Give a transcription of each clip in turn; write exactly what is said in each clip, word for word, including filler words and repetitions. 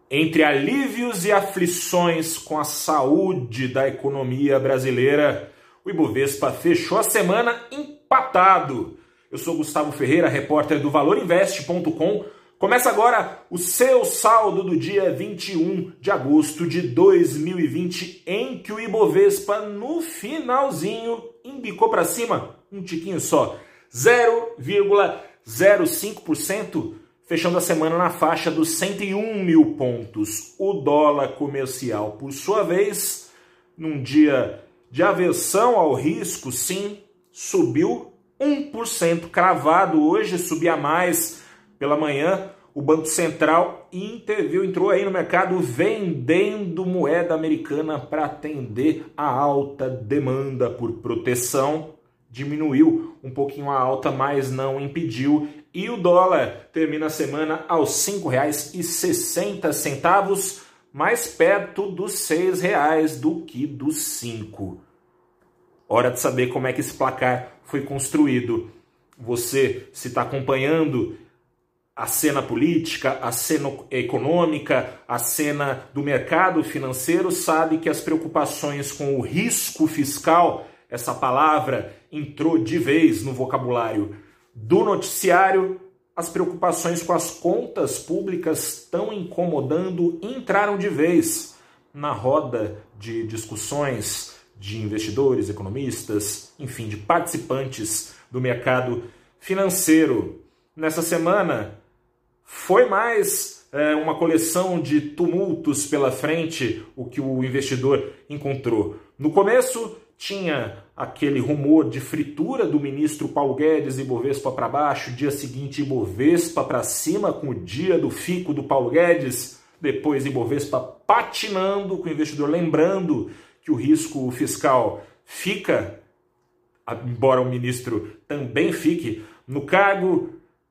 Entre alívios e aflições com a saúde da economia brasileira, o Ibovespa fechou a semana empatado. Eu sou Gustavo Ferreira, repórter do valor invest ponto com. Começa agora o seu saldo do dia vinte e um de agosto de dois mil e vinte, em que o Ibovespa, no finalzinho, embicou para cima um tiquinho só, zero vírgula zero cinco por cento, fechando a semana na faixa dos cento e um mil pontos. O dólar comercial, por sua vez, num dia de aversão ao risco, sim, subiu um por cento cravado. Hoje subia mais. Pela manhã, o Banco Central interviu, entrou aí no mercado vendendo moeda americana para atender a alta demanda por proteção. Diminuiu um pouquinho a alta, mas não impediu. E o dólar termina a semana aos cinco reais e sessenta centavos, mais perto dos seis reais do que dos cinco. Hora de saber como é que esse placar foi construído. Você, se está acompanhando a cena política, a cena econômica, a cena do mercado financeiro, sabe que as preocupações com o risco fiscal, essa palavra entrou de vez no vocabulário do noticiário. As preocupações com as contas públicas estão incomodando, entraram de vez na roda de discussões de investidores, economistas, enfim, de participantes do mercado financeiro. Nessa semana, foi mais é, uma coleção de tumultos pela frente o que o investidor encontrou. No começo, tinha aquele rumor de fritura do ministro Paulo Guedes, Ibovespa para baixo, dia seguinte Ibovespa para cima com o dia do fico do Paulo Guedes, depois Ibovespa patinando, com o investidor lembrando que o risco fiscal fica, embora o ministro também fique no cargo.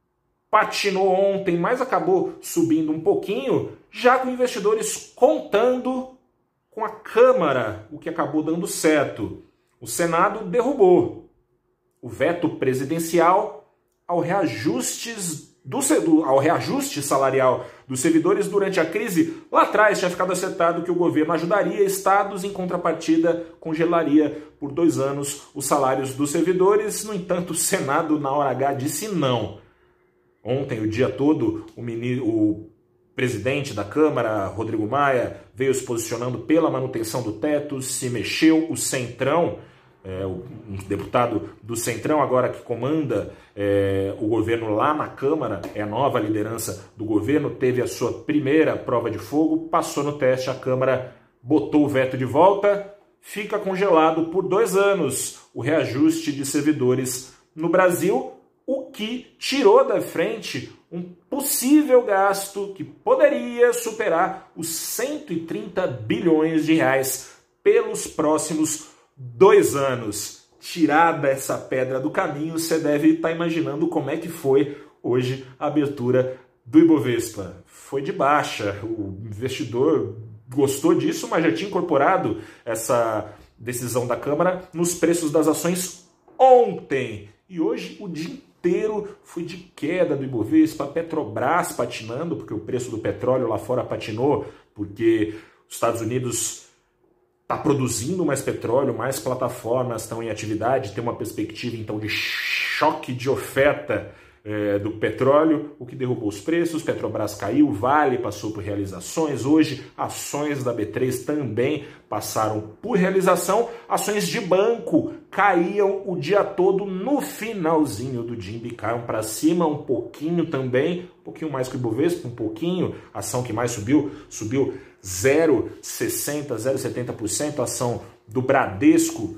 Patinou ontem, mas acabou subindo um pouquinho, já com investidores contando com a Câmara, o que acabou dando certo. O Senado derrubou o veto presidencial ao, reajustes do, ao reajuste salarial dos servidores durante a crise. Lá atrás tinha ficado acertado que o governo ajudaria estados, em contrapartida congelaria por dois anos os salários dos servidores. No entanto, o Senado, na hora H, disse não. Ontem, o dia todo, o, mini, o presidente da Câmara, Rodrigo Maia, veio se posicionando pela manutenção do teto, se mexeu. O Centrão, é, o, um deputado do Centrão agora que comanda é, o governo lá na Câmara, é a nova liderança do governo, teve a sua primeira prova de fogo, passou no teste, a Câmara botou o veto de volta, fica congelado por dois anos o reajuste de servidores no Brasil, o que tirou da frente um possível gasto que poderia superar os cento e trinta bilhões de reais pelos próximos dois anos. Tirada essa pedra do caminho, você deve estar imaginando como é que foi hoje a abertura do Ibovespa. Foi de baixa, o investidor gostou disso, mas já tinha incorporado essa decisão da Câmara nos preços das ações ontem. E hoje o dia inteiro foi de queda do Ibovespa, Petrobras patinando, porque o preço do petróleo lá fora patinou, porque os Estados Unidos está produzindo mais petróleo, mais plataformas estão em atividade, tem uma perspectiva então de choque de oferta é, do petróleo, o que derrubou os preços. Petrobras caiu, Vale passou por realizações. Hoje, ações da B três também passaram por realização. Ações de banco caíam o dia todo, no finalzinho do dia embicaram para cima um pouquinho também, um pouquinho mais que o Ibovespa, um pouquinho. A ação que mais subiu, subiu zero vírgula sessenta por cento, zero vírgula setenta por cento, a ação do Bradesco.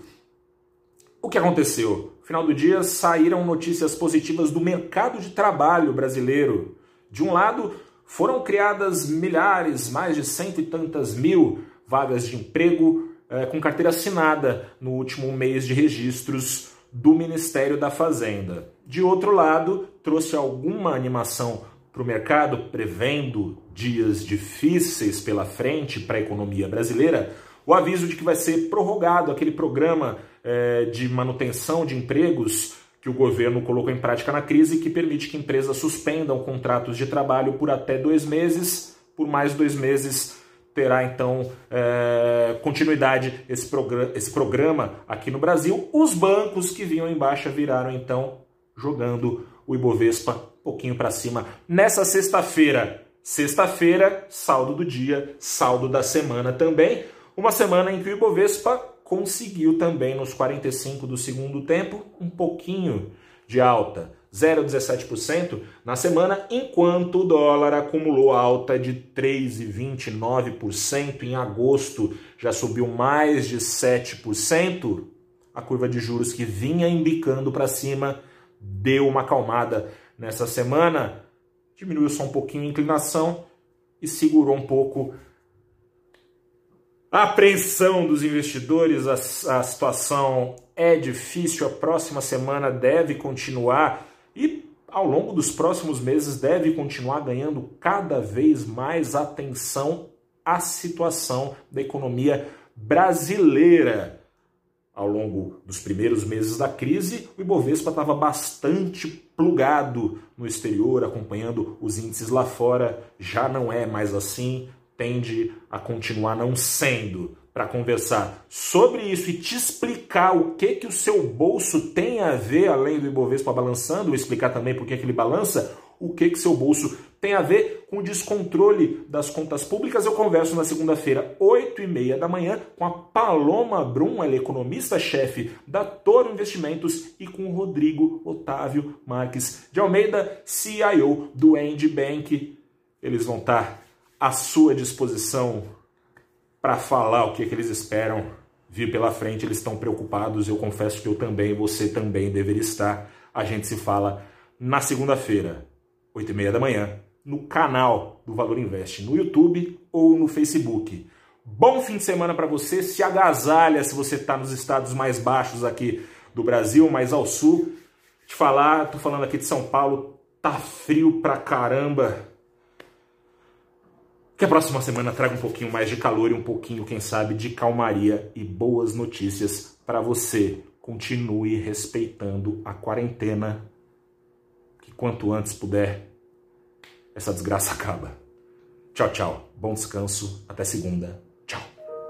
O que aconteceu? No final do dia saíram notícias positivas do mercado de trabalho brasileiro. De um lado, foram criadas milhares, mais de cento e tantas mil vagas de emprego eh, com carteira assinada no último mês de registros do Ministério da Fazenda. De outro lado, trouxe alguma animação para o mercado, prevendo dias difíceis pela frente para a economia brasileira, o aviso de que vai ser prorrogado aquele programa eh, de manutenção de empregos que o governo colocou em prática na crise, que permite que empresas suspendam contratos de trabalho por até dois meses por mais dois meses terá então é, continuidade esse, progr esse programa aqui no Brasil. Os bancos que vinham em baixa viraram então jogando o Ibovespa um pouquinho para cima nessa sexta-feira. Sexta-feira, saldo do dia, saldo da semana também. Uma semana em que o Ibovespa conseguiu também nos quarenta e cinco do segundo tempo um pouquinho de alta, zero vírgula dezessete por cento na semana, enquanto o dólar acumulou alta de três vírgula vinte e nove por cento. Em agosto já subiu mais de sete por cento. A curva de juros que vinha embicando para cima deu uma acalmada nessa semana, diminuiu só um pouquinho a inclinação e segurou um pouco a apreensão dos investidores. A, a situação é difícil, a próxima semana deve continuar e ao longo dos próximos meses deve continuar ganhando cada vez mais atenção a situação da economia brasileira. Ao longo dos primeiros meses da crise, o Ibovespa estava bastante plugado no exterior, acompanhando os índices lá fora. Já não é mais assim, tende a continuar não sendo. Para conversar sobre isso e te explicar o que, que o seu bolso tem a ver, além do Ibovespa balançando, vou explicar também por que, que ele balança, o que, que seu bolso tem a ver com o descontrole das contas públicas. Eu converso na segunda-feira, oito e meia da manhã, com a Paloma Brum, ela é economista-chefe da Toro Investimentos, e com o Rodrigo Otávio Marques de Almeida, C I O do End Bank. Eles vão estar à sua disposição para falar o que, que eles esperam vir pela frente. Eles estão preocupados, eu confesso que eu também, você também deveria estar. A gente se fala na segunda-feira, oito e meia da manhã, no canal do Valor Invest, no YouTube ou no Facebook. Bom fim de semana para você, se agasalha se você está nos estados mais baixos aqui do Brasil, mais ao sul. Te falar, tô falando aqui de São Paulo, tá frio pra caramba. Que a próxima semana traga um pouquinho mais de calor e um pouquinho, quem sabe, de calmaria e boas notícias para você. Continue respeitando a quarentena, que quanto antes puder, essa desgraça acaba. Tchau, tchau. Bom descanso. Até segunda.